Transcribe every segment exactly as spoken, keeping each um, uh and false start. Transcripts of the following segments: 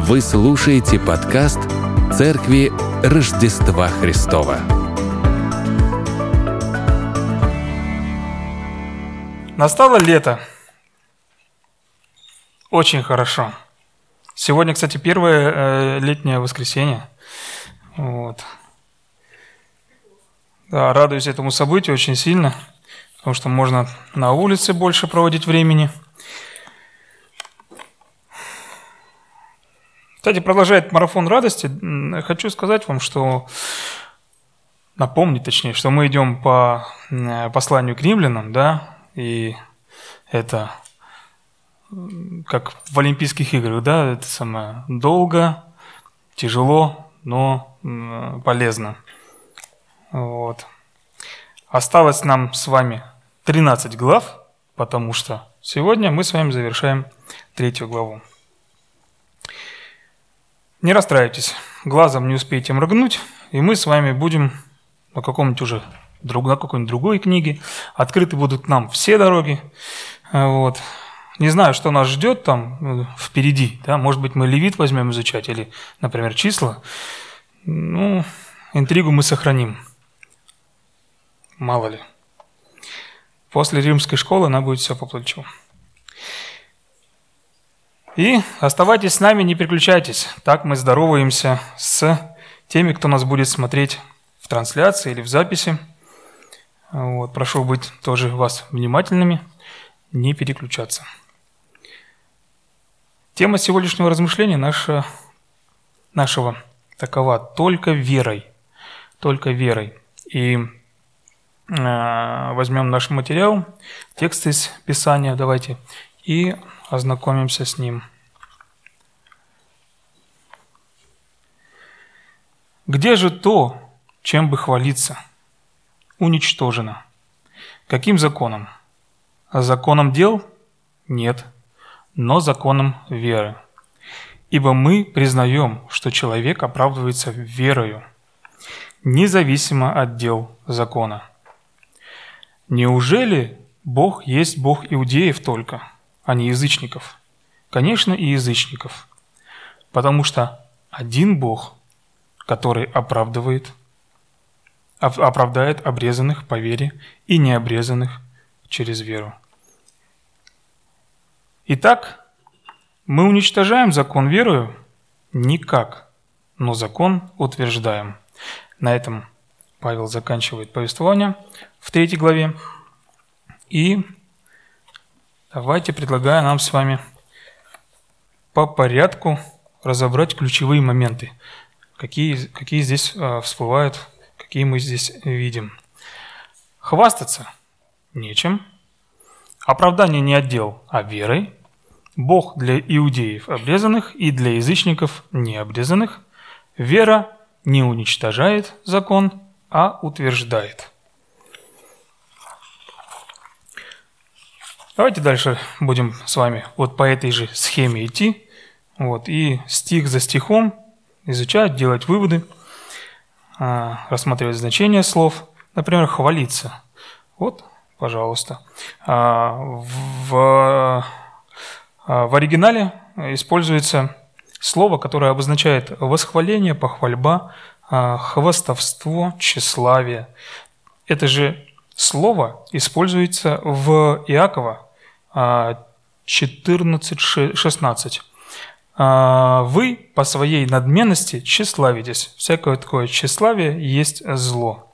Вы слушаете подкаст Церкви Рождества Христова. Настало лето. Очень хорошо. Сегодня, кстати, первое э, летнее воскресенье. Вот. Да, радуюсь этому событию очень сильно, потому что можно на улице больше проводить времени. Кстати, продолжает марафон радости. Хочу сказать вам, что напомнить, точнее, что мы идем по посланию к римлянам, да, и это как в Олимпийских играх, да, это самое долго, тяжело, но полезно. Вот. Осталось нам с вами тринадцать глав, потому что сегодня мы с вами завершаем третью главу. Не расстраивайтесь, глазом не успеете моргнуть, и мы с вами будем на каком-нибудь уже друг, на какой-нибудь другой книге. Открыты будут к нам все дороги. Вот. Не знаю, что нас ждет там впереди. Да? Может быть, мы Левит возьмем изучать или, например, числа. Ну, интригу мы сохраним. Мало ли. После римской школы она будет все по плечу. И оставайтесь с нами, не переключайтесь. Так мы здороваемся с теми, кто нас будет смотреть в трансляции или в записи. Вот, прошу быть тоже вас внимательными, не переключаться. Тема сегодняшнего размышления наша, нашего такова: только верой. Только верой. И э, возьмем наш материал, текст из Писания, давайте, и ознакомимся с ним. Где же то, чем бы хвалиться? Уничтожено. Каким законом? Законом дел? Нет, но законом веры. Ибо мы признаем, что человек оправдывается верою, независимо от дел закона. Неужели Бог есть Бог иудеев только, а не язычников? Конечно, и язычников. Потому что один Бог, который оправдывает, оправдает обрезанных по вере и необрезанных через веру. Итак, мы уничтожаем закон верою? Никак, но закон утверждаем. На этом Павел заканчивает повествование в третьей главе. И давайте предлагаю нам с вами по порядку разобрать ключевые моменты, какие, какие здесь э, всплывают, какие мы здесь видим. Хвастаться нечем. Оправдание не от дел, а верой. Бог для иудеев обрезанных и для язычников необрезанных. Вера не уничтожает закон, а утверждает. Давайте дальше будем с вами вот по этой же схеме идти. Вот, и стих за стихом изучать, делать выводы, рассматривать значение слов. Например, хвалиться. Вот, пожалуйста. В, в оригинале используется слово, которое обозначает восхваление, похвальба, хвастовство, тщеславие. Это же слово используется в Иакова четырнадцать шестнадцать. Вы по своей надменности тщеславитесь. Всякое такое тщеславие есть зло.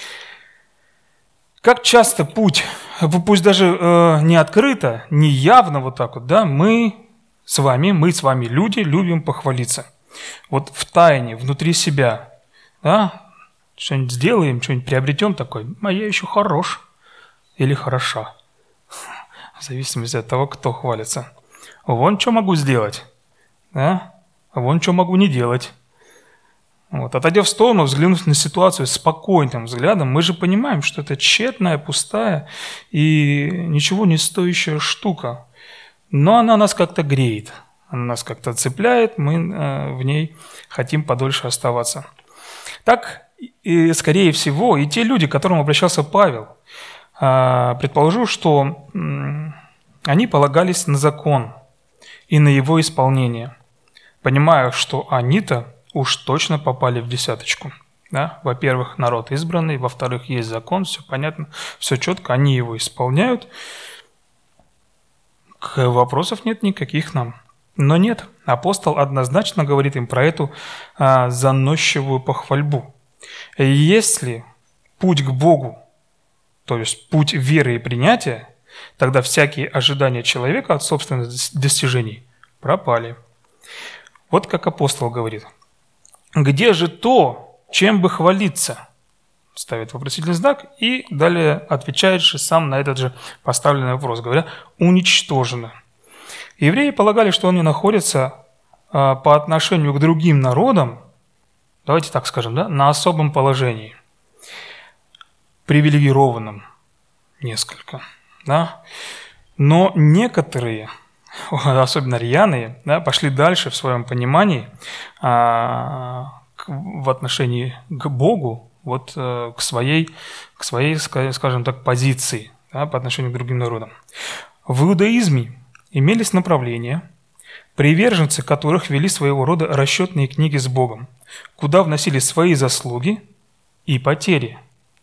Как часто путь, пусть даже э, не открыто, не явно вот так вот, да, мы с вами, мы с вами люди, любим похвалиться. Вот в тайне, внутри себя, да, что-нибудь сделаем, что-нибудь приобретем такое, а я еще хорош или хороша. В зависимости от того, кто хвалится. Вон что могу сделать. Да? А вон что могу не делать. Вот. Отойдя в сторону, взглянув на ситуацию спокойным взглядом, мы же понимаем, что это тщетная, пустая и ничего не стоящая штука. Но она нас как-то греет, она нас как-то цепляет, мы э, в ней хотим подольше оставаться. Так, и, скорее всего, и те люди, к которым обращался Павел, э, предположу, что э, они полагались на закон и на его исполнение. понимая, что они-то уж точно попали в десяточку. Да? Во-первых, народ избранный, во-вторых, есть закон, все понятно, все четко, они его исполняют. Вопросов нет никаких нам. Но нет, апостол однозначно говорит им про эту а, заносчивую похвальбу. Если путь к Богу, то есть путь веры и принятия, тогда всякие ожидания человека от собственных достижений пропали. Вот как апостол говорит. «Где же то, чем бы хвалиться?» Ставит вопросительный знак и далее отвечает же сам на этот же поставленный вопрос, говоря «уничтожено». Евреи полагали, что они находятся а, по отношению к другим народам, давайте так скажем, да, на особом положении, привилегированном несколько. Да? Но некоторые, особенно рьяные, да, пошли дальше в своем понимании а, к, в отношении к Богу, вот, а, к, своей, к своей, скажем так, позиции, да, по отношению к другим народам. В иудаизме имелись направления, приверженцы которых вели своего рода расчетные книги с Богом, куда вносили свои заслуги и потери.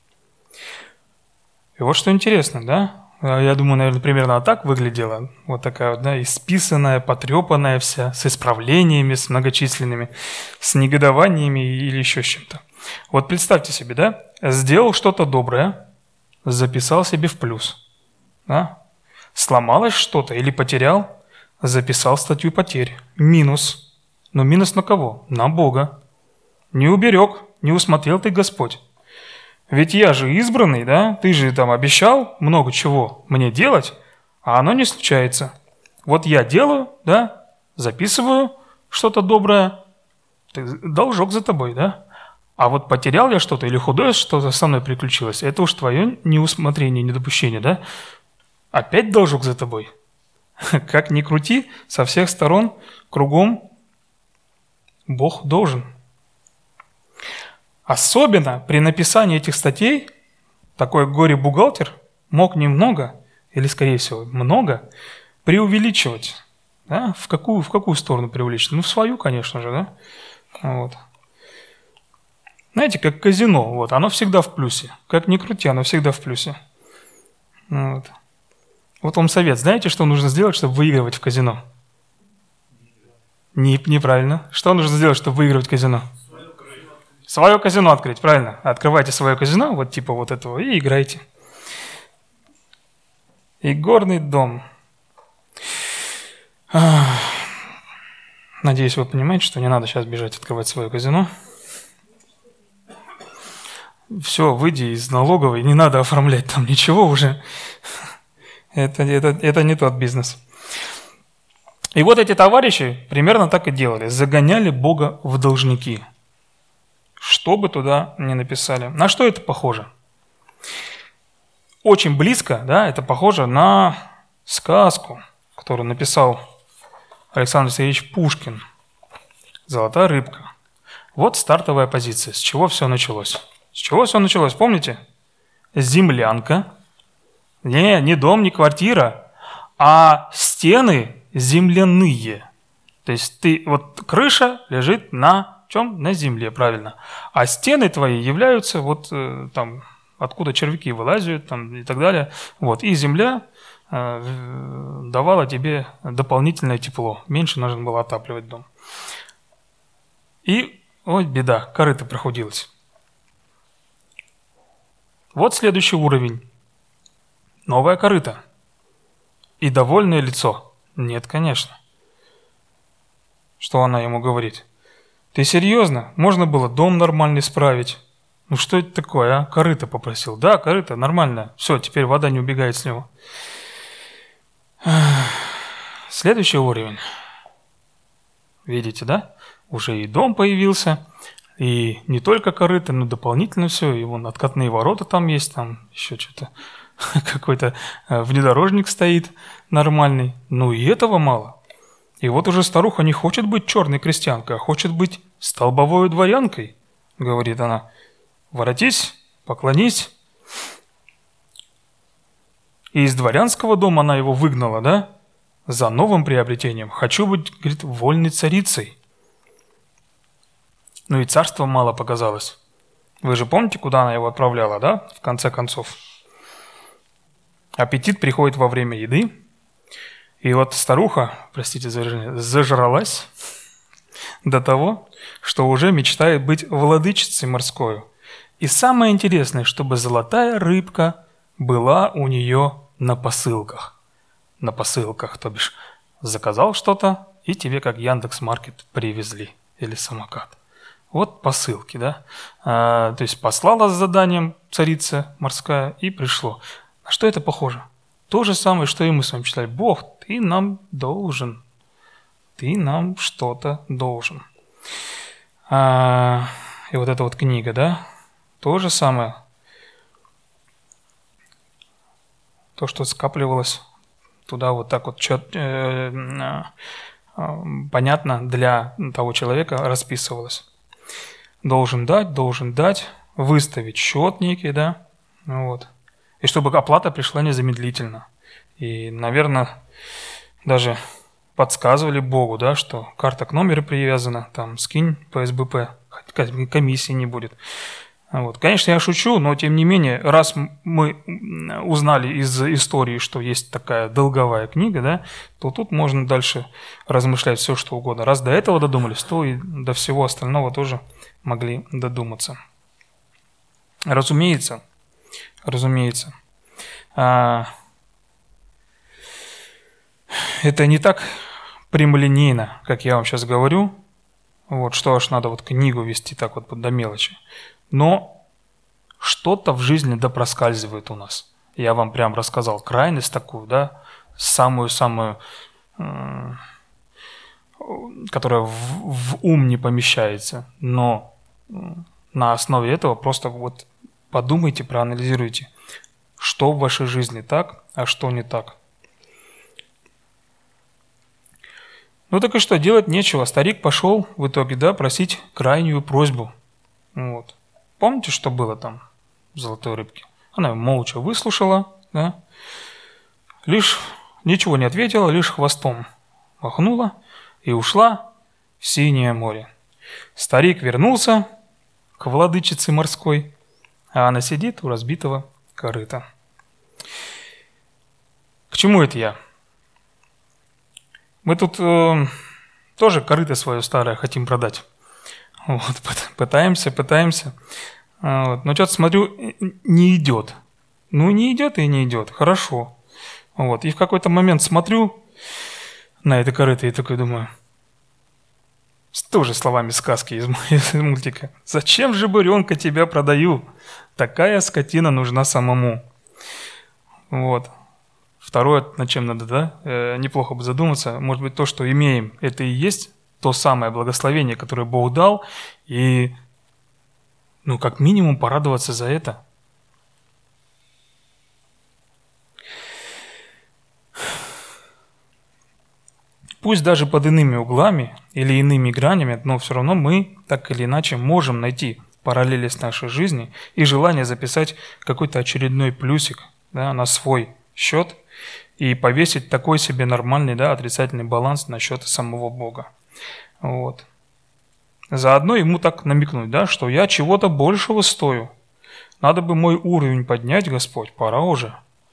И вот что интересно, да? Я думаю, наверное, примерно так выглядела. Вот такая вот, да, исписанная, потрепанная вся, с исправлениями, с многочисленными, с негодованиями или еще с чем-то. Вот представьте себе, да? Сделал что-то доброе, записал себе в плюс, да? Сломалось что-то или потерял, записал статью потерь. Минус. Но минус на кого? На Бога. Не уберег, не усмотрел ты Господь. Ведь я же избранный, да? Ты же там обещал много чего мне делать, а оно не случается. Вот я делаю, да? Записываю что-то доброе, должок за тобой, да? А вот потерял я что-то или худое что-то со мной приключилось, это уж твое неусмотрение, недопущение, да? Опять должок за тобой. Как ни крути, со всех сторон, кругом Бог должен. Особенно при написании этих статей такой горе-бухгалтер мог немного, или скорее всего много, преувеличивать. Да? В какую, в какую сторону преувеличивать? Ну, в свою, конечно же. Да? Вот. Знаете, как казино, вот, оно всегда в плюсе. Как ни крути, оно всегда в плюсе. Вот. Вот вам совет. Знаете, что нужно сделать, чтобы выигрывать в казино? Не, неправильно. Что нужно сделать, чтобы выигрывать в казино? Свое казино открыть, правильно. Открывайте свое казино, вот типа вот этого, и играйте. Игорный дом. Надеюсь, вы понимаете, что не надо сейчас бежать открывать свое казино. Все, выйди из налоговой, не надо оформлять там ничего уже. Это, это, это не тот бизнес. И вот эти товарищи примерно так и делали. Загоняли Бога в должники. Что бы туда ни написали. На что это похоже? Очень близко, да, это похоже на сказку, которую написал Александр Сергеевич Пушкин. «Золотая рыбка». Вот стартовая позиция. С чего все началось? С чего все началось, помните? Землянка. Не, не дом, не квартира, а стены земляные. То есть ты, вот крыша лежит на чем? На земле, правильно. А стены твои являются вот э, там, откуда червяки вылазят там, и так далее. Вот. И земля э, давала тебе дополнительное тепло. Меньше нужно было отапливать дом. И, ой, беда, корыто прохудилось. Вот следующий уровень. Новая корыта. И довольное лицо. Нет, конечно. Что она ему говорит? Ты серьезно? Можно было дом нормальный справить. Ну что это такое, а? Корыто попросил. Да, корыто, нормально. Все, теперь вода не убегает с него. Следующий уровень. Видите, да? Уже и дом появился. И не только корыто, но дополнительно все. И вон откатные ворота там есть, там еще что-то. Какой-то внедорожник стоит нормальный. Ну и этого мало. И вот уже старуха не хочет быть черной крестьянкой, а хочет быть столбовой дворянкой, говорит она. Воротись, поклонись. И из дворянского дома она его выгнала, да? За новым приобретением. Хочу быть, говорит, вольной царицей. Ну и царства мало показалось. Вы же помните, куда она его отправляла, да? В конце концов. Аппетит приходит во время еды. И вот старуха, простите за выражение, зажралась до того, что уже мечтает быть владычицей морской. И самое интересное, чтобы золотая рыбка была у нее на посылках. На посылках, то бишь заказал что-то, и тебе как Яндекс.Маркет привезли. Или самокат. Вот посылки, да? А, то есть послала с заданием царица морская и пришло. На что это похоже? То же самое, что и мы с вами читали. Бог, ты нам должен. Ты нам что-то должен. А, и вот эта вот книга, да? То же самое. То, что скапливалось туда вот так вот чет, э, э, э, понятно для того человека расписывалось. Должен дать, должен дать, выставить счет некий, да? Вот. И чтобы оплата пришла незамедлительно. И, наверное, даже подсказывали Богу, да, что карта к номеру привязана, там, скинь по эс бэ пэ, комиссии не будет. Вот. Конечно, я шучу, но тем не менее, раз мы узнали из истории, что есть такая долговая книга, да, то тут можно дальше размышлять все, что угодно. Раз до этого додумались, то и до всего остального тоже могли додуматься. Разумеется, разумеется, это не так прямолинейно, как я вам сейчас говорю, вот, что аж надо вот книгу вести так вот до мелочи. Но что-то в жизни да проскальзывает у нас. Я вам прям рассказал крайность такую, да, самую-самую, э, которая в, в ум не помещается. Но на основе этого просто вот подумайте, проанализируйте, что в вашей жизни так, а что не так. Ну так и что, делать нечего. Старик пошел в итоге, да, просить крайнюю просьбу. Вот. Помните, что было там в золотой рыбке? Она его молча выслушала, да? Лишь ничего не ответила, лишь хвостом махнула и ушла в синее море. Старик вернулся к владычице морской, а она сидит у разбитого корыта. К чему это я? Мы тут э, тоже корыто свое старое хотим продать. Вот, пытаемся, пытаемся. Вот. Но что-то смотрю, не идет. Ну, не идет и не идет. Хорошо. Вот. И в какой-то момент смотрю на это корыто и такой думаю, тоже словами сказки из, из мультика. Зачем же, буренка, тебя продаю? Такая скотина нужна самому. Вот. Второе, над чем надо, да, э, неплохо бы задуматься, может быть, то, что имеем, это и есть то самое благословение, которое Бог дал, и, ну, как минимум, порадоваться за это. Пусть даже под иными углами или иными гранями, но все равно мы, так или иначе, можем найти параллели с нашей жизнью и желание записать какой-то очередной плюсик, да, на свой счет и повесить такой себе нормальный, да, отрицательный баланс на счет самого Бога. Вот. Заодно ему так намекнуть, да, что я чего-то большего стою. Надо бы мой уровень поднять, Господь, пора уже.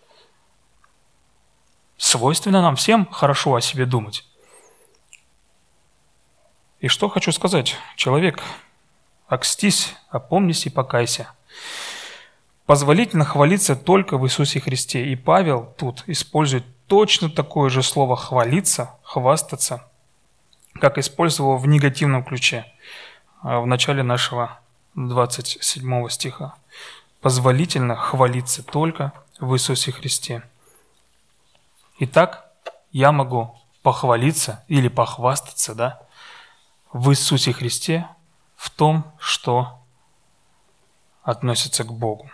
Свойственно нам всем хорошо о себе думать. И что хочу сказать, человек, окстись, опомнись и покайся. Позволительно хвалиться только в Иисусе Христе. И Павел тут использует точно такое же слово «хвалиться», «хвастаться», как использовал в негативном ключе в начале нашего двадцать седьмого стиха. Позволительно хвалиться только в Иисусе Христе. Итак, я могу похвалиться или похвастаться, да, в Иисусе Христе в том, что относится к Богу.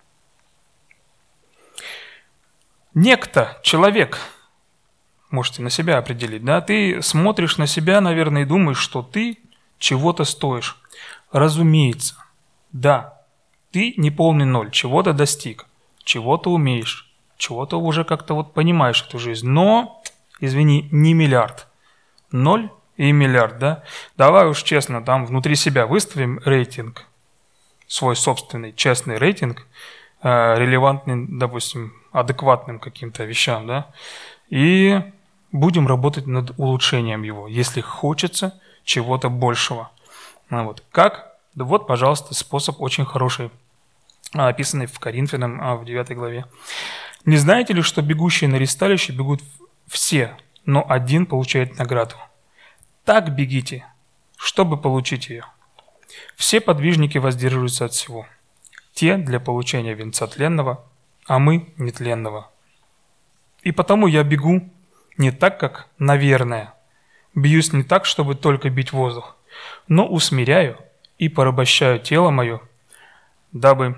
Некто, человек, можете на себя определить, да, ты смотришь на себя, наверное, и думаешь, что ты чего-то стоишь. Разумеется, да, ты не полный ноль, чего-то достиг, чего-то умеешь, чего-то уже как-то вот понимаешь эту жизнь, но, извини, не миллиард. Ноль и миллиард, да? Давай уж честно, там внутри себя выставим рейтинг, свой собственный честный рейтинг, э, релевантный, допустим, адекватным каким-то вещам, да? И будем работать над улучшением его, если хочется чего-то большего. Ну, вот. Как? Да вот, пожалуйста, способ очень хороший, описанный в Коринфянам в девятой главе. «Не знаете ли, что бегущие на ресталище бегут все, но один получает награду? Так бегите, чтобы получить ее. Все подвижники воздерживаются от всего. Те для получения венца тленного, а мы нетленного. И потому я бегу не так, как наверное. Бьюсь не так, чтобы только бить воздух, но усмиряю и порабощаю тело мое, дабы,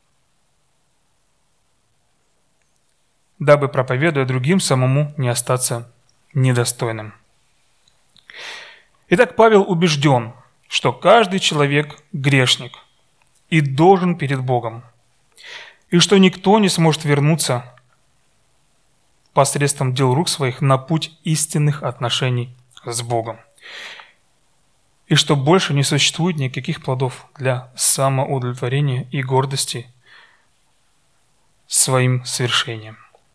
дабы, проповедуя другим, самому не остаться недостойным». Итак, Павел убежден, что каждый человек грешник и должен перед Богом, и что никто не сможет вернуться посредством дел рук своих на путь истинных отношений с Богом, и что больше не существует никаких плодов для самоудовлетворения и гордости своим свершением.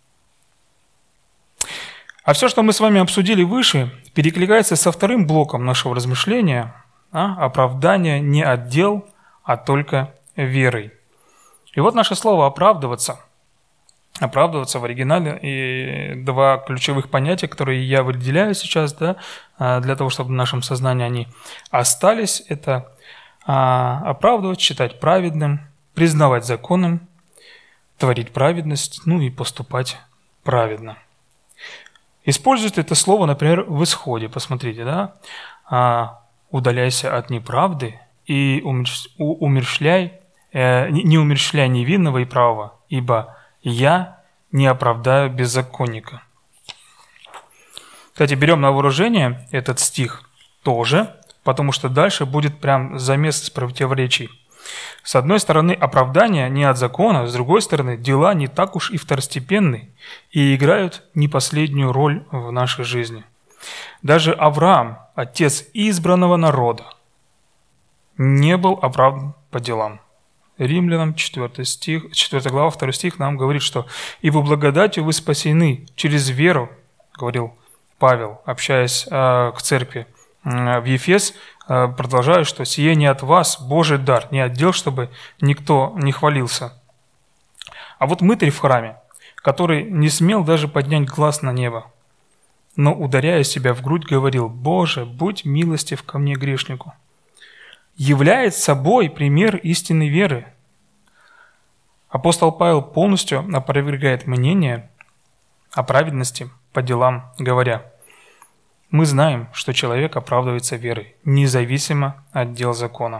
А все, что мы с вами обсудили выше, перекликается со вторым блоком нашего размышления, а, оправдание не от дел, а только верой. И вот наше слово «оправдываться». Оправдываться в оригинале, и два ключевых понятия, которые я выделяю сейчас, да, для того, чтобы в нашем сознании они остались, это оправдывать, считать праведным, признавать законным, творить праведность, ну и поступать праведно. Используют это слово, например, в Исходе. Посмотрите, да? «Удаляйся от неправды и умерщвляй, не умерщвляй невинного и правого, ибо я не оправдаю беззаконника». Кстати, берем на вооружение этот стих тоже, потому что дальше будет прям замес из противоречий. С одной стороны, оправдание не от закона, с другой стороны, дела не так уж и второстепенны и играют не последнюю роль в нашей жизни. Даже Авраам, отец избранного народа, не был оправдан по делам. Римлянам четвёртый стих, четвёртая глава, второй стих нам говорит, что «Ибо благодатью вы спасены через веру», говорил Павел, общаясь э, к церкви э, в Ефес, э, продолжая, что «сие не от вас, Божий дар, не от дел, чтобы никто не хвалился». А вот мытарь в храме, который не смел даже поднять глаз на небо, но, ударяя себя в грудь, говорил: «Боже, будь милостив ко мне, грешнику», являет собой пример истинной веры. Апостол Павел полностью опровергает мнение о праведности по делам, говоря: «Мы знаем, что человек оправдывается верой, независимо от дел закона».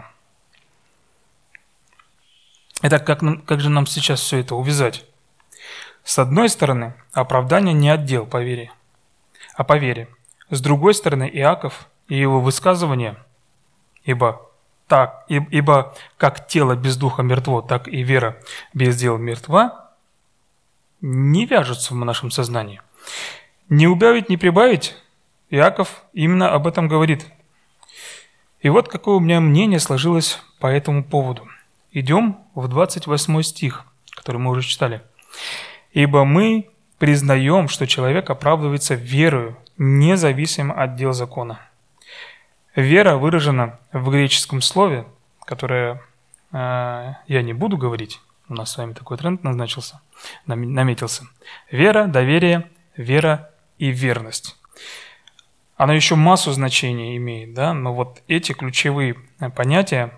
Итак, как, нам, как же нам сейчас все это увязать? С одной стороны, оправдание не от дел по вере, а по вере. С другой стороны, Иаков и его высказывание: «Ибо Так, ибо как тело без духа мертво, так и вера без дел мертва», не вяжутся в нашем сознании. Не убавить, не прибавить, Иаков именно об этом говорит. И вот какое у меня мнение сложилось по этому поводу. Идем в двадцать восьмой стих, который мы уже читали. «Ибо мы признаем, что человек оправдывается верою, независимо от дел закона». Вера выражена в греческом слове, которое э, я не буду говорить, у нас с вами такой тренд назначился, наметился. Вера, доверие, вера и верность. Она еще массу значений имеет, да, но вот эти ключевые понятия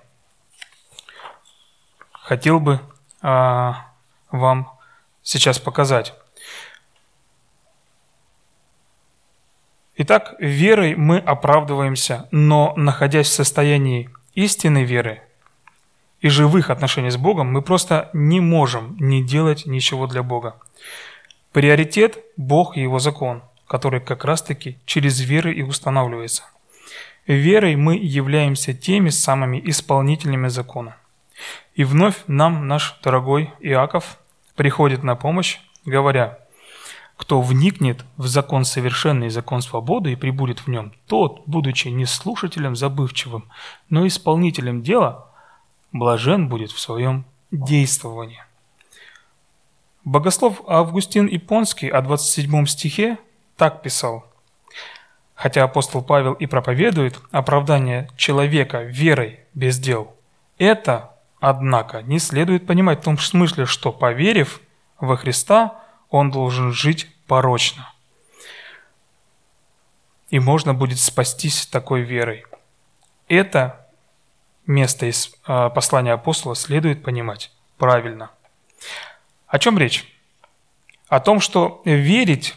хотел бы э, вам сейчас показать. Итак, верой мы оправдываемся, но, находясь в состоянии истинной веры и живых отношений с Богом, мы просто не можем не делать ничего для Бога. Приоритет – Бог и Его закон, который как раз-таки через веру и устанавливается. Верой мы являемся теми самыми исполнителями закона. И вновь нам наш дорогой Иаков приходит на помощь, говоря: Кто вникнет в закон совершенный, закон свободы и пребудет в нем, тот, будучи не слушателем забывчивым, но исполнителем дела, блажен будет в своем действовании. Богослов Августин Ипонский о двадцать седьмом стихе так писал: «Хотя апостол Павел и проповедует оправдание человека верой без дел, это, однако, не следует понимать в том смысле, что, поверив во Христа, он должен жить порочно. И можно будет спастись такой верой». Это место из э, послания апостола следует понимать правильно. О чем речь? О том, что верить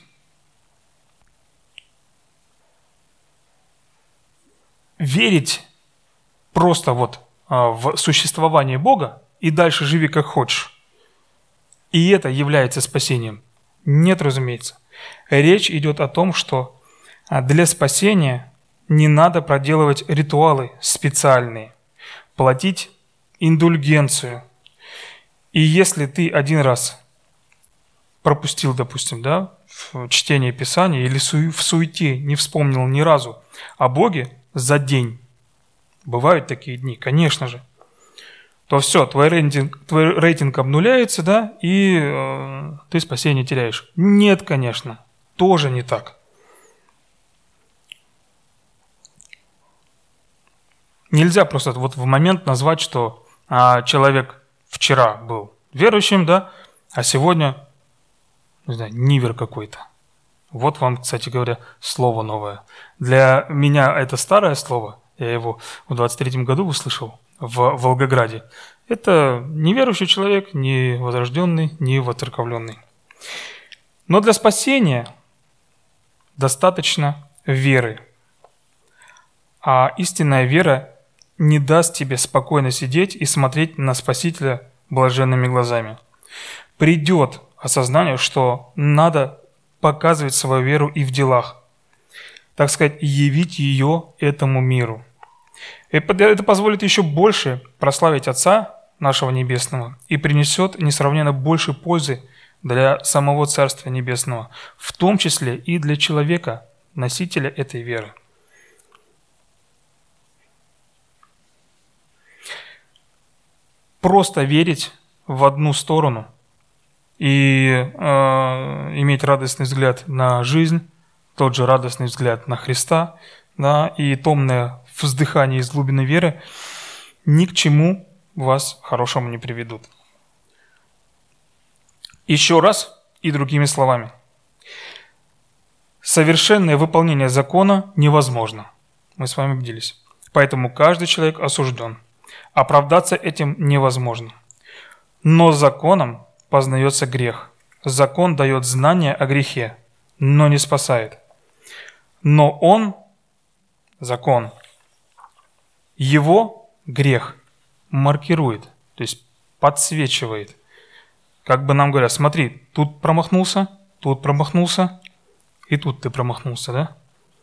верить просто вот э, в существование Бога и дальше живи как хочешь, и это является спасением. Нет, разумеется. Речь идет о том, что для спасения не надо проделывать ритуалы специальные, платить индульгенцию. И если ты один раз пропустил, допустим, да, в чтение Писания или в суете не вспомнил ни разу о Боге за день, бывают такие дни, конечно же, то все, твой рейтинг, твой рейтинг обнуляется, да, и э, ты спасение теряешь. Нет, конечно, тоже не так. Нельзя просто вот в момент назвать, что а, человек вчера был верующим, да, а сегодня, не знаю, нивер какой-то. Вот вам, кстати говоря, слово новое. Для меня это старое слово, я его в двадцать третьем году услышал в Волгограде. Это неверующий человек, не возрожденный, не воцерковленный. Но для спасения достаточно веры. А истинная вера не даст тебе спокойно сидеть и смотреть на Спасителя блаженными глазами. Придет осознание, что надо показывать свою веру и в делах, так сказать, явить ее этому миру. Это позволит еще больше прославить Отца нашего Небесного и принесет несравненно больше пользы для самого Царства Небесного, в том числе и для человека, носителя этой веры. Просто верить в одну сторону и э, иметь радостный взгляд на жизнь, тот же радостный взгляд на Христа, да, и томное вздыхание из глубины веры ни к чему вас хорошему не приведут. Еще раз и другими словами. Совершенное выполнение закона невозможно. Мы с вами убедились. Поэтому каждый человек осужден. Оправдаться этим невозможно. Но законом познается грех. Закон дает знание о грехе, но не спасает. Но он, закон, его грех маркирует, то есть подсвечивает. Как бы нам говорят, смотри, тут промахнулся, тут промахнулся, и тут ты промахнулся, да?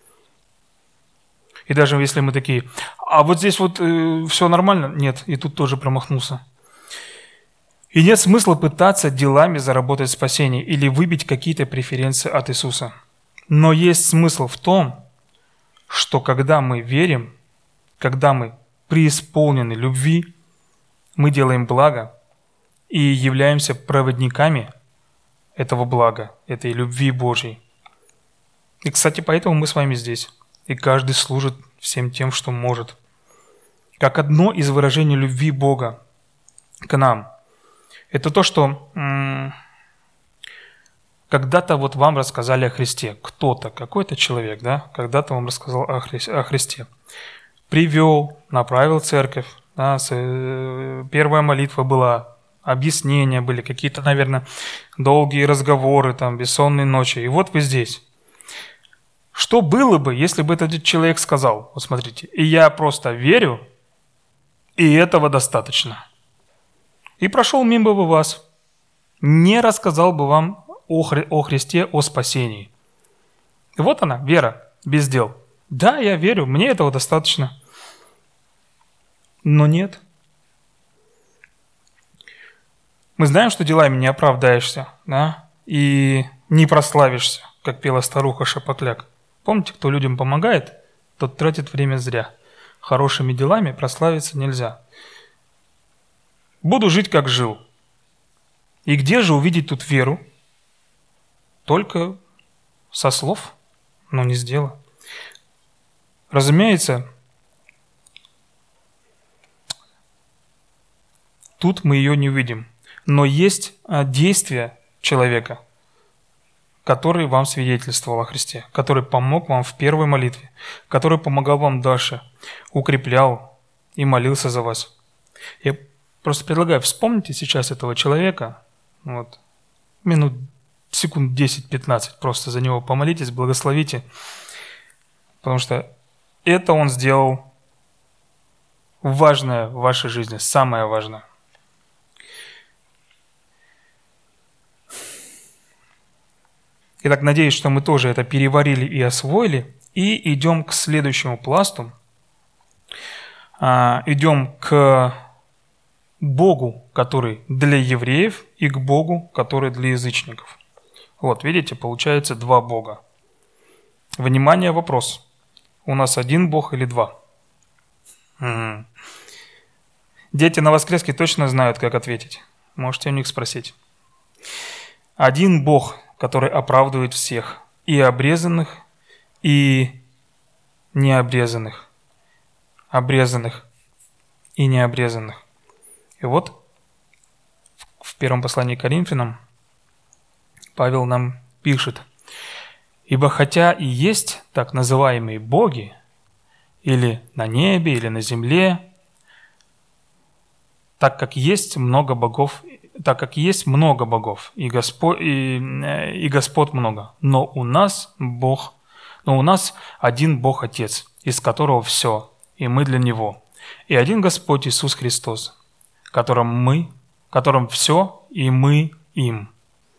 И даже если мы такие, а вот здесь вот э, все нормально, нет, и тут тоже промахнулся. И нет смысла пытаться делами заработать спасение или выбить какие-то преференции от Иисуса. Но есть смысл в том, что когда мы верим, когда мы преисполнены любви, мы делаем благо и являемся проводниками этого блага, этой любви Божьей. И, кстати, поэтому мы с вами здесь. И каждый служит всем тем, что может. Как одно из выражений любви Бога к нам. Это то, что м- когда-то вот вам рассказали о Христе. Кто-то, какой-то человек, да, когда-то вам рассказал о, Хри- о Христе. Привел, направил в церковь. Да, с, э, первая молитва была, объяснения были, какие-то, наверное, долгие разговоры, там, бессонные ночи. И вот вы здесь. Что было бы, если бы этот человек сказал, вот смотрите, и я просто верю, и этого достаточно. И прошел мимо бы вас, не рассказал бы вам о, Хри- о Христе, о спасении. И вот она, вера, без дел. Да, я верю, мне этого достаточно. Но нет. Мы знаем, что делами не оправдаешься, да? И не прославишься, как пела старуха Шапокляк. Помните, кто людям помогает, тот тратит время зря. Хорошими делами прославиться нельзя. Буду жить, как жил. И где же увидеть тут веру? Только со слов, но не с дела. Разумеется, тут мы ее не увидим. Но есть действия человека, который вам свидетельствовал о Христе, который помог вам в первой молитве, который помогал вам дальше, укреплял и молился за вас. Я просто предлагаю, вспомните сейчас этого человека, вот, минут, секунд десять-пятнадцать, просто за него помолитесь, благословите, потому что это он сделал важное в вашей жизни, самое важное. Итак, надеюсь, что мы тоже это переварили и освоили. И идем к следующему пласту. А, идем к Богу, который для евреев, и к Богу, который для язычников. Вот, видите, получается два Бога. Внимание, вопрос. У нас один Бог или два? Угу. Дети на воскреске точно знают, как ответить. Можете у них спросить. Один Бог, который оправдывает всех, и обрезанных, и необрезанных, обрезанных и необрезанных. И вот в первом послании к Коринфянам Павел нам пишет: «Ибо хотя и есть так называемые боги, или на небе, или на земле, так как есть много богов, так как есть много богов, и, Господь, и, и Господ много, но у нас Бог, но у нас один Бог Отец, из которого все, и мы для Него, и один Господь Иисус Христос, которым мы, которым все, и мы им».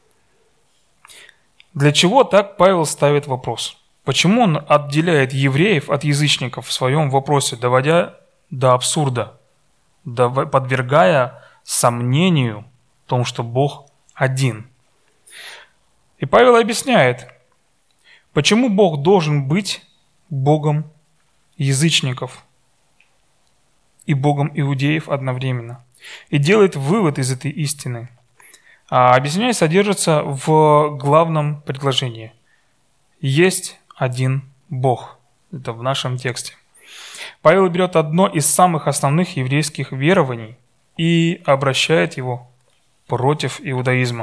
Для чего так Павел ставит вопрос? Почему он отделяет евреев от язычников в своем вопросе, доводя до абсурда, подвергая сомнению в том, что Бог один? И Павел объясняет, почему Бог должен быть Богом язычников и Богом иудеев одновременно. И делает вывод из этой истины. А объяснение содержится в главном предложении. Есть один Бог. Это в нашем тексте. Павел берет одно из самых основных еврейских верований и обращает его против иудаизма.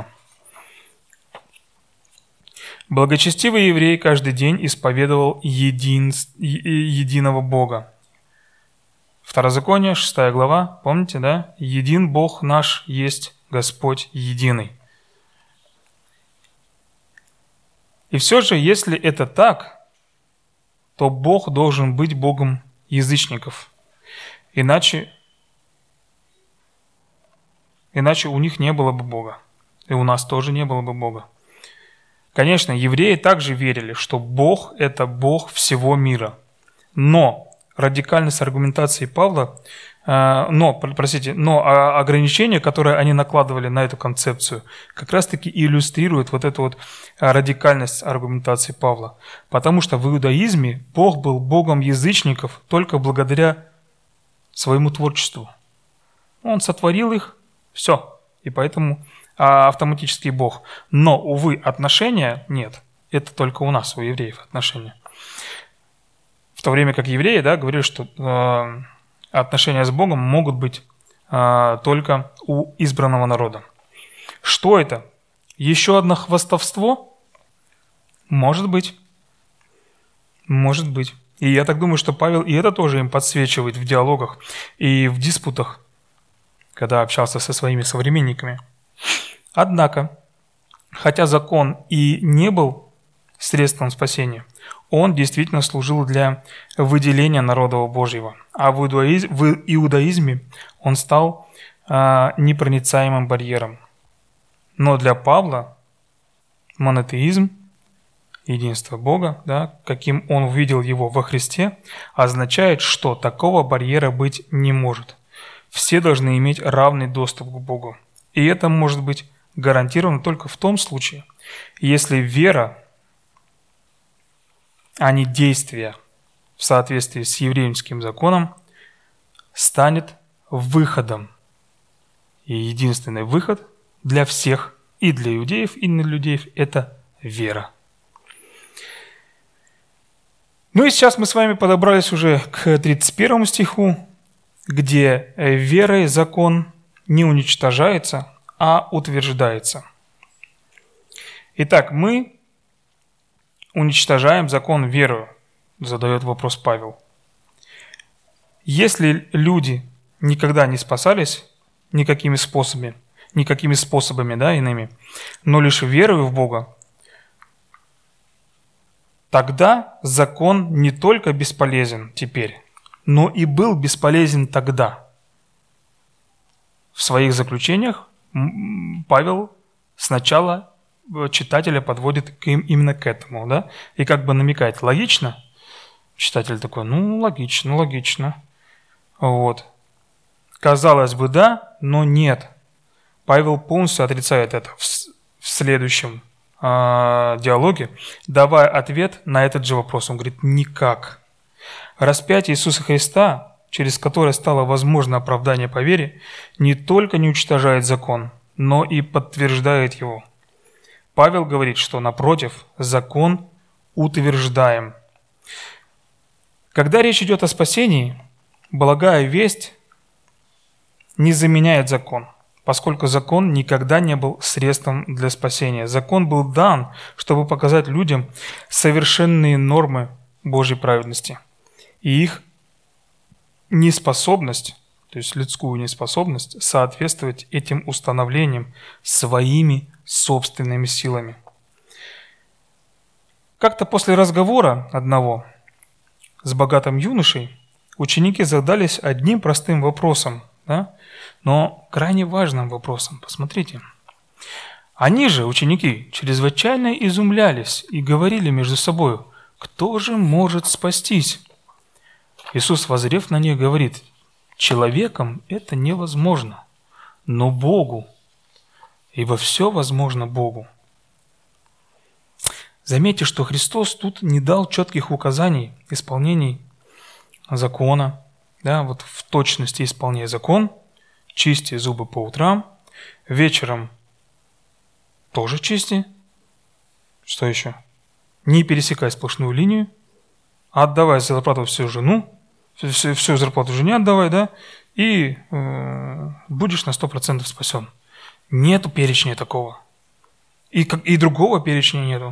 Благочестивый еврей каждый день исповедовал един... единого Бога. Второзаконие, шестая глава, помните, да? «Един Бог наш есть Господь единый». И все же, если это так, то Бог должен быть Богом язычников. Иначе, иначе у них не было бы Бога. И у нас тоже не было бы Бога. Конечно, евреи также верили, что Бог – это Бог всего мира. Но радикальность аргументации Павла, э, но, простите, но ограничения, которые они накладывали на эту концепцию, как раз-таки иллюстрируют вот эту вот радикальность аргументации Павла. Потому что в иудаизме Бог был Богом язычников только благодаря своему творчеству. Он сотворил их, все, и поэтому автоматически Бог. Но, увы, отношения нет. Это только у нас, у евреев отношения. В то время как евреи, да, говорили, что э, отношения с Богом могут быть э, только у избранного народа. Что это? Еще одно хвастовство? Может быть. Может быть. И я так думаю, что Павел и это тоже им подсвечивает в диалогах и в диспутах, когда общался со своими современниками. Однако, хотя закон и не был средством спасения, он действительно служил для выделения народа Божьего. А в иудаизме он стал а, непроницаемым барьером. Но для Павла монотеизм, единство Бога, да, каким он увидел его во Христе, означает, что такого барьера быть не может. Все должны иметь равный доступ к Богу. И это может быть гарантирована только в том случае, если вера, а не действия в соответствии с еврейским законом, станет выходом. И единственный выход для всех, и для иудеев, и нелюдеев, это вера. Ну и сейчас мы с вами подобрались уже к тридцать первому стиху, где верой закон не уничтожается, а утверждается. Итак, мы уничтожаем закон верою, задает вопрос Павел. Если люди никогда не спасались никакими способами, никакими способами, да, иными, но лишь верою в Бога, тогда закон не только бесполезен теперь, но и был бесполезен тогда. В своих заключениях Павел сначала читателя подводит к им, именно к этому, да, и как бы намекает: логично? Читатель такой: ну, логично, логично. Вот. Казалось бы, да, но нет. Павел полностью отрицает это в, в следующем э, диалоге, давая ответ на этот же вопрос. Он говорит: никак. Распятие Иисуса Христа, через которое стало возможно оправдание по вере, не только не уничтожает закон, но и подтверждает его. Павел говорит, что, напротив, закон утверждаем. Когда речь идет о спасении, благая весть не заменяет закон, поскольку закон никогда не был средством для спасения. Закон был дан, чтобы показать людям совершенные нормы Божьей праведности и их неспособность, то есть людскую неспособность, соответствовать этим установлениям своими собственными силами. Как-то после разговора одного с богатым юношей ученики задались одним простым вопросом, да? Но крайне важным вопросом. Посмотрите. Они же, ученики, чрезвычайно изумлялись и говорили между собой: кто же может спастись? Иисус, воззрев на них, говорит: человеком это невозможно, но Богу, ибо все возможно Богу. Заметьте, что Христос тут не дал четких указаний исполнений закона, да, вот в точности исполняй закон, чисти зубы по утрам, вечером тоже чисти, что еще? Не пересекай сплошную линию, отдавай зарплату всю жену, всю, всю зарплату жене отдавай, да, и э, будешь на сто процентов спасен. Нету перечня такого. И, как, и другого перечня нету.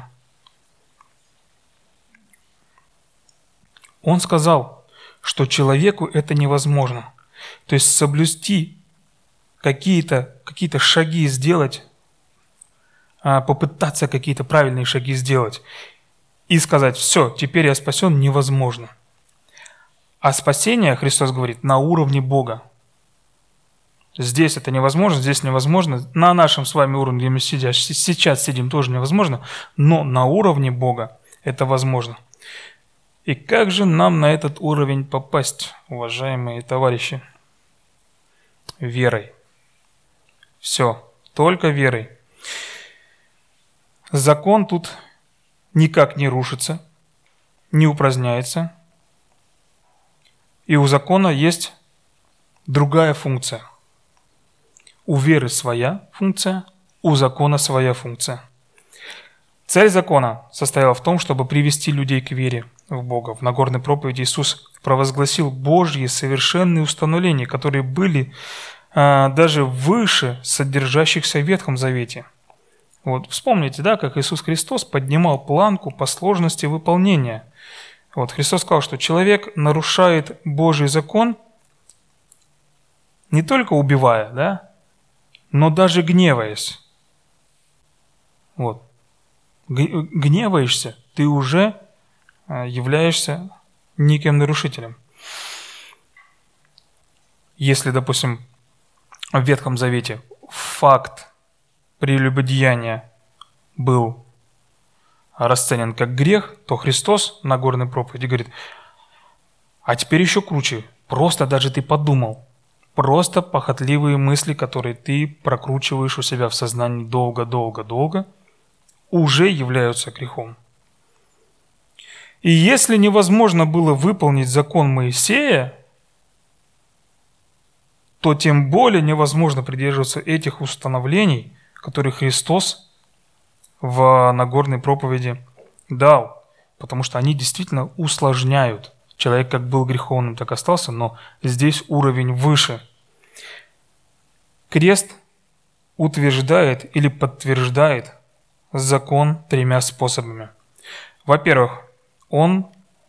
Он сказал, что человеку это невозможно. То есть соблюсти какие-то какие-то шаги сделать, попытаться какие-то правильные шаги сделать и сказать: все, теперь я спасен, невозможно. А спасение, Христос говорит, на уровне Бога. Здесь это невозможно, здесь невозможно. На нашем с вами уровне, где мы сейчас, сейчас сидим, тоже невозможно, но на уровне Бога это возможно. И как же нам на этот уровень попасть, уважаемые товарищи? Верой. Все, только верой. Закон тут никак не рушится, не упраздняется. И у закона есть другая функция. У веры своя функция, у закона своя функция. Цель закона состояла в том, чтобы привести людей к вере в Бога. В Нагорной проповеди Иисус провозгласил Божьи совершенные установления, которые были а, даже выше содержащихся в Ветхом Завете. Вот, вспомните, да, как Иисус Христос поднимал планку по сложности выполнения. Вот, Христос сказал, что человек нарушает Божий закон не только убивая, да, но даже гневаясь. Вот. Гневаешься, ты уже являешься неким нарушителем. Если, допустим, в Ветхом Завете факт прелюбодеяния был расценен как грех, то Христос на Нагорной проповеди говорит: а теперь еще круче, просто даже ты подумал Просто похотливые мысли, которые ты прокручиваешь у себя в сознании долго-долго-долго, уже являются грехом. И если невозможно было выполнить закон Моисея, то тем более невозможно придерживаться этих установлений, которые Христос в Нагорной проповеди дал, потому что они действительно усложняют. Человек как был греховным, так остался, но здесь уровень выше. Крест утверждает или подтверждает закон тремя способами. Во-первых, он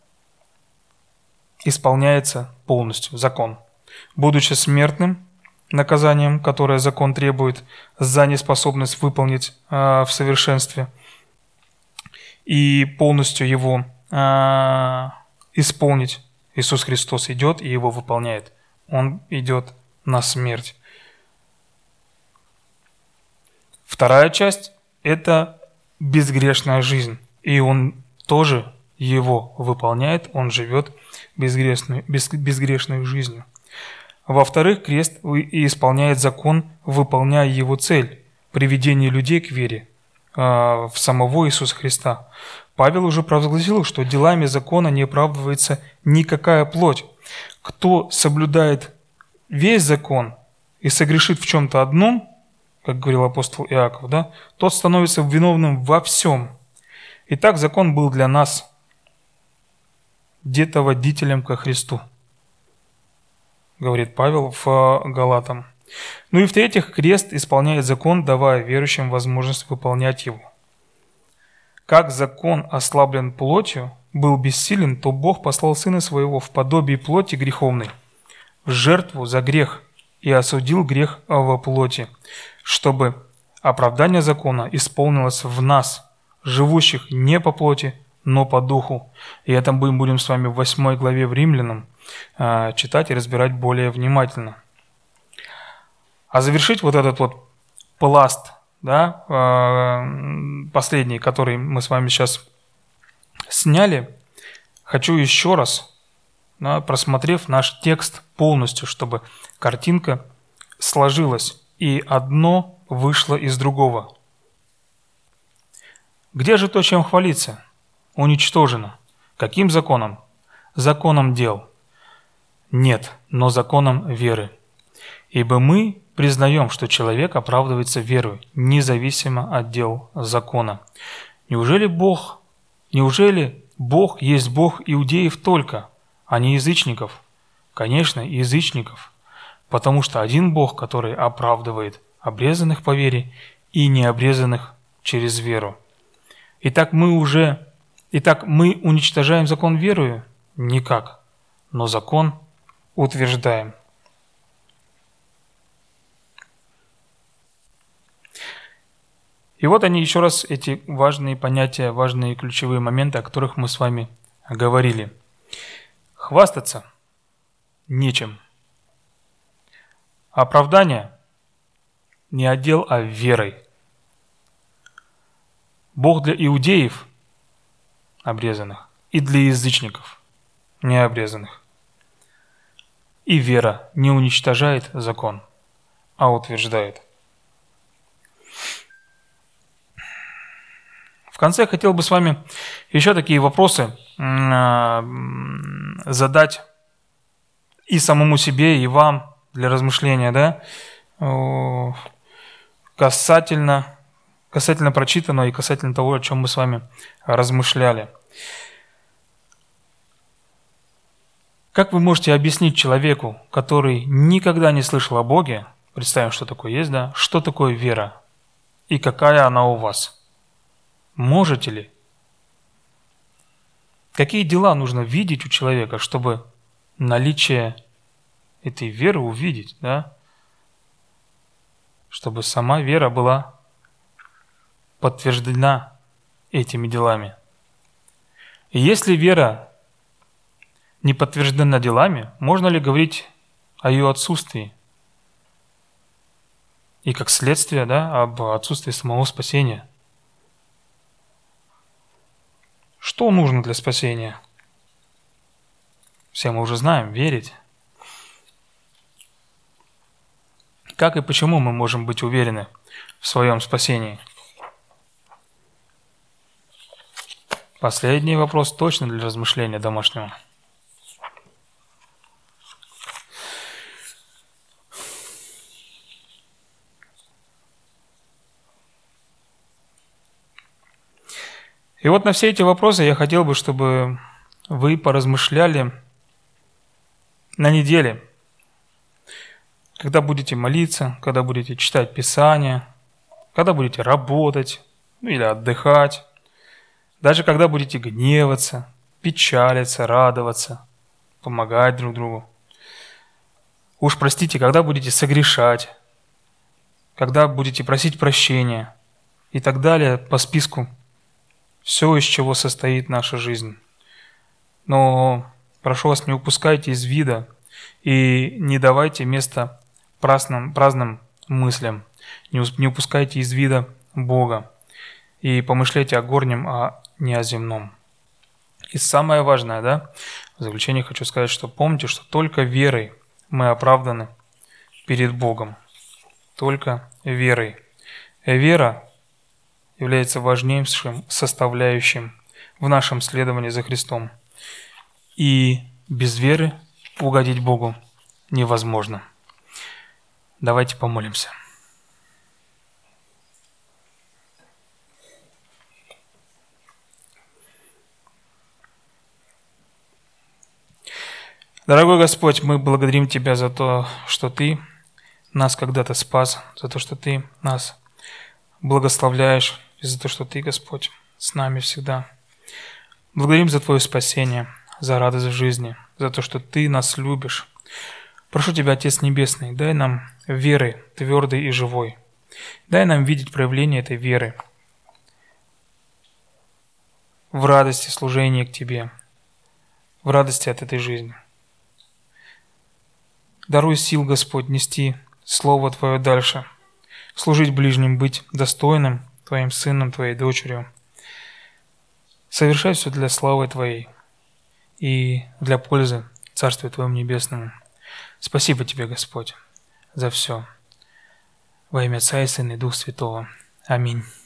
исполняется полностью, закон. Будучи смертным наказанием, которое закон требует за неспособность выполнить э, в совершенстве, и полностью его э, исполнить, Иисус Христос идет и его выполняет. Он идет на смерть. Вторая часть – это безгрешная жизнь, и он тоже его выполняет, он живет безгрешной, без, безгрешной жизнью. Во-вторых, крест исполняет закон, выполняя его цель – приведение людей к вере э, в самого Иисуса Христа. Павел уже провозгласил, что делами закона не оправдывается никакая плоть. Кто соблюдает весь закон и согрешит в чем-то одном, как говорил апостол Иаков, да, тот становится виновным во всем. Итак, закон был для нас где-то водителем ко Христу, говорит Павел в Галатам. Ну и в-третьих, крест исполняет закон, давая верующим возможность выполнять его. Как закон ослаблен плотью, был бессилен, то Бог послал Сына Своего в подобии плоти греховной, в жертву за грех, и осудил грех во плоти, чтобы оправдание закона исполнилось в нас, живущих не по плоти, но по духу. И это мы будем с вами в восьмой главе в Римлянам читать и разбирать более внимательно. А завершить вот этот вот пласт, да, последний, который мы с вами сейчас сняли, хочу еще раз, да, просмотрев наш текст полностью, чтобы картинка сложилась и одно вышло из другого. Где же то, чем хвалиться? Уничтожено. Каким законом? Законом дел. Нет, но законом веры. Ибо мы признаем, что человек оправдывается верой, независимо от дел закона. Неужели Бог, неужели Бог есть Бог иудеев только, а не язычников? Конечно, язычников. Потому что один Бог, который оправдывает обрезанных по вере и необрезанных через веру. Итак, мы уже, итак, мы уничтожаем закон верою? Никак. Но закон утверждаем. И вот они еще раз, эти важные понятия, важные ключевые моменты, о которых мы с вами говорили. Хвастаться нечем. Оправдание не отдел, а верой. Бог для иудеев обрезанных и для язычников необрезанных. И вера не уничтожает закон, а утверждает. В конце я хотел бы с вами еще такие вопросы задать и самому себе, и вам для размышления, да, касательно, касательно прочитанного и касательно того, о чем мы с вами размышляли. Как вы можете объяснить человеку, который никогда не слышал о Боге, представим, что такое есть, да, что такое вера и какая она у вас? Можете ли? Какие дела нужно видеть у человека, чтобы наличие этой веры увидеть, да? Чтобы сама вера была подтверждена этими делами. И если вера не подтверждена делами, можно ли говорить о ее отсутствии? И как следствие, да, об отсутствии самого спасения. Что нужно для спасения? Все мы уже знаем, верить. Как и почему мы можем быть уверены в своем спасении? Последний вопрос точно для размышления домашнего. И вот на все эти вопросы я хотел бы, чтобы вы поразмышляли на неделе, когда будете молиться, когда будете читать Писание, когда будете работать ну, или отдыхать, даже когда будете гневаться, печалиться, радоваться, помогать друг другу. Уж простите, когда будете согрешать, когда будете просить прощения и так далее по списку. Все, из чего состоит наша жизнь. Но прошу вас, не упускайте из вида и не давайте места праздным, праздным мыслям. Не, не упускайте из вида Бога. И помышляйте о горнем, а не о земном. И самое важное, да, в заключение хочу сказать, что помните, что только верой мы оправданы перед Богом. Только верой. Вера является важнейшим составляющим в нашем следовании за Христом. И без веры угодить Богу невозможно. Давайте помолимся. Дорогой Господь, мы благодарим Тебя за то, что Ты нас когда-то спас, за то, что Ты нас благословляешь, и за то, что Ты, Господь, с нами всегда. Благодарим за Твое спасение, за радость в жизни, за то, что Ты нас любишь. Прошу Тебя, Отец Небесный, дай нам веры твердой и живой. Дай нам видеть проявление этой веры в радости служения к Тебе, в радости от этой жизни. Даруй сил, Господь, нести Слово Твое дальше, служить ближним, быть достойным Твоим сыном, Твоей дочерью. Совершай все для славы Твоей и для пользы Царствию Твоему Небесному. Спасибо Тебе, Господь, за все. Во имя Отца и Сына и Духа Святого. Аминь.